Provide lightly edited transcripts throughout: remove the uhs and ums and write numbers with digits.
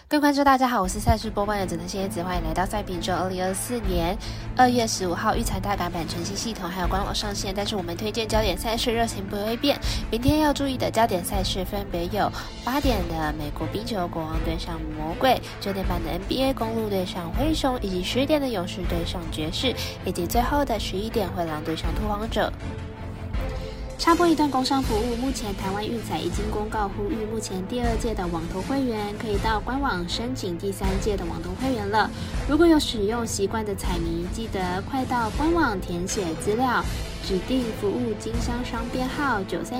各位观众大家好，我是赛事播报员整的蝎子，欢迎来到赛品周2024年2月15号预彩大改版全新系统还有官网上线，但是我们推荐焦点赛事热情不会变。明天要注意的焦点赛事分别有8点的美国冰球国王对上魔鬼，9点半的 NBA 公鹿对上灰熊，以及10点的勇士对上爵士，以及最后的11点灰狼对上拓荒者。插播一段工商服务，目前台湾运彩已经公告呼吁，目前第2届的网投会员可以到官网申请第3届的网投会员了。如果有使用习惯的彩迷，记得快到官网填写资料，指定服务经销商编号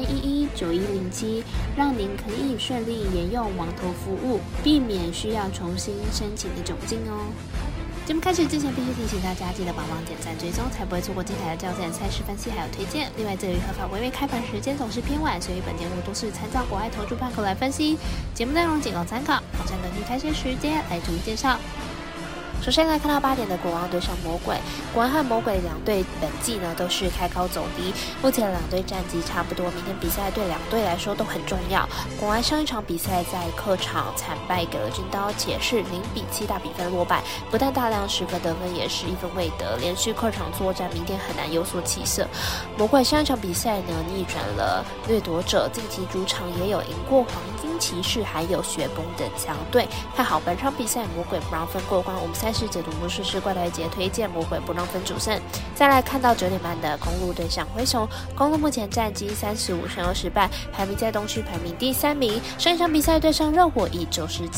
93119107，让您可以顺利沿用网投服务，避免需要重新申请的窘境哦。节目开始之前，必须提醒大家记得帮忙点赞追踪，才不会错过精彩的焦点赛事分析还有推荐。另外，这与合法微微开盘时间总是偏晚，所以本节目都是参照国外投注盘口来分析，节目内容仅供参考。马上根据开赛时间来逐一介绍。首先来看到8点的国王对上魔鬼，国王和魔鬼两队本季呢都是开高走低，目前两队战绩差不多，明天比赛对两队来说都很重要。国王上一场比赛在客场惨败给了军刀，且是0-7大比分落败，不但大量10个得分，也是1分未得，连续客场作战，明天很难有所起色。魔鬼上一场比赛呢逆转了掠夺者，近期主场也有赢过黄金骑士还有雪崩等强队，看好本场比赛魔鬼不让分过关。我们赛事解读魔术师怪胎节推荐魔鬼不让分主胜。再来看到9点半的公鹿对上灰熊，公鹿目前战绩35胜20败，排名在东区排名第3名。上一场比赛对上热火以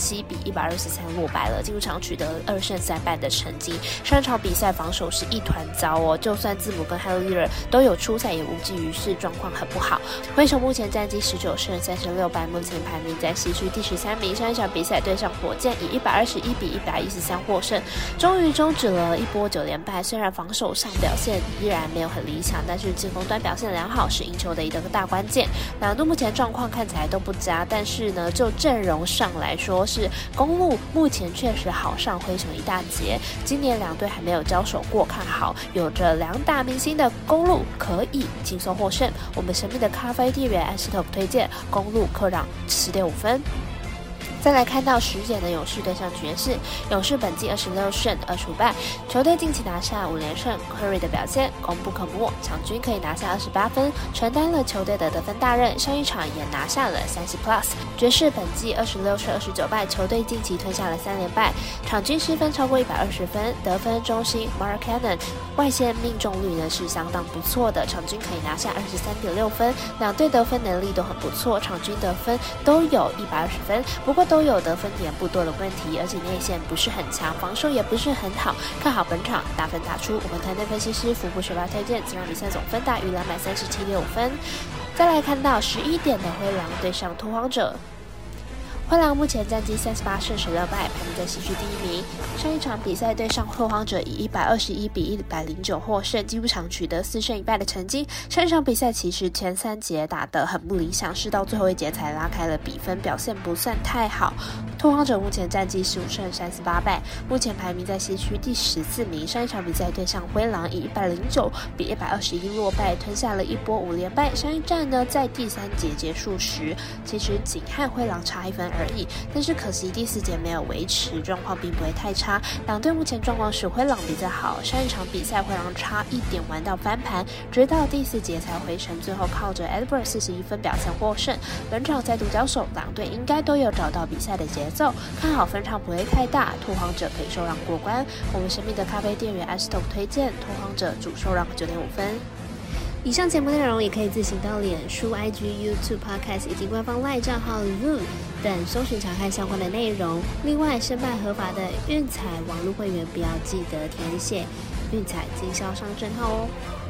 97-123落败了，进入场取得2胜3败的成绩。上一场比赛防守是一团糟哦，就算字母跟 Haliler 都有出赛也无济于事，状况很不好。灰熊目前战绩19胜36败，目前排名在西区第13名。上一场比赛对上火箭以121-113获胜，终于终止了一波9连败。虽然防守上表现依然没有很理想，但是进攻端表现良好，是赢球的一个大关键。两队目前状况看起来都不佳，但是呢，就阵容上来说，是公鹿目前确实好上灰熊一大截。今年两队还没有交手过，看好有着2大明星的公鹿可以轻松获胜。我们神秘的咖啡店员Astop推荐公鹿客让10.5分。再来看到10点的勇士对上爵士，勇士本季26胜25败，球队近期拿下5连胜。Curry 的表现功不可没，场均可以拿下28分，承担了球队的得分大任，上一场也拿下了30+。爵士本季26胜29败，球队近期吞下了3连败，场均失分超过120分，得分中心 Mark Cannon 外线命中率呢是相当不错的，场均可以拿下23.6分，两队得分能力都很不错，场均得分都有120分，不过都有得分点不多的问题，而且内线不是很强，防守也不是很好，看好本场大分打出。我们团队分析师福布学霸推荐，这场比赛总分大于237.5分。再来看到11点的灰狼对上拓荒者，灰狼目前战绩38胜16败，排名在西区第1名。上一场比赛对上拓荒者以121-109获胜，进入场取得4胜1败的成绩。上一场比赛其实前3节打得很不理想，是到最后一节才拉开了比分，表现不算太好。拓荒者目前战绩15胜38败，目前排名在西区第14名。上一场比赛对上灰狼以109-121落败，吞下了一波5连败。上一战呢，在第3节结束时，其实仅和灰狼差1分而已，但是可惜第4节没有维持，状况并不会太差。两队目前状况是灰狼比较好，上一场比赛灰狼差1点玩到翻盘，直到第4节才回神，最后靠着 Edwards 41分表现获胜。本场再度交手，两队应该都有找到比赛的节奏，看好分差不会太大，拓荒者可以受让过关。我们神秘的咖啡店员 Astop 推荐拓荒者主受让9.5分。以上节目内容也可以自行到脸书、IG、YouTube、Podcast 以及官方 LINE 账号 Zoo 等搜寻查看相关的内容。另外，申办合法的运彩网络会员，不要记得填写运彩经销商证号哦。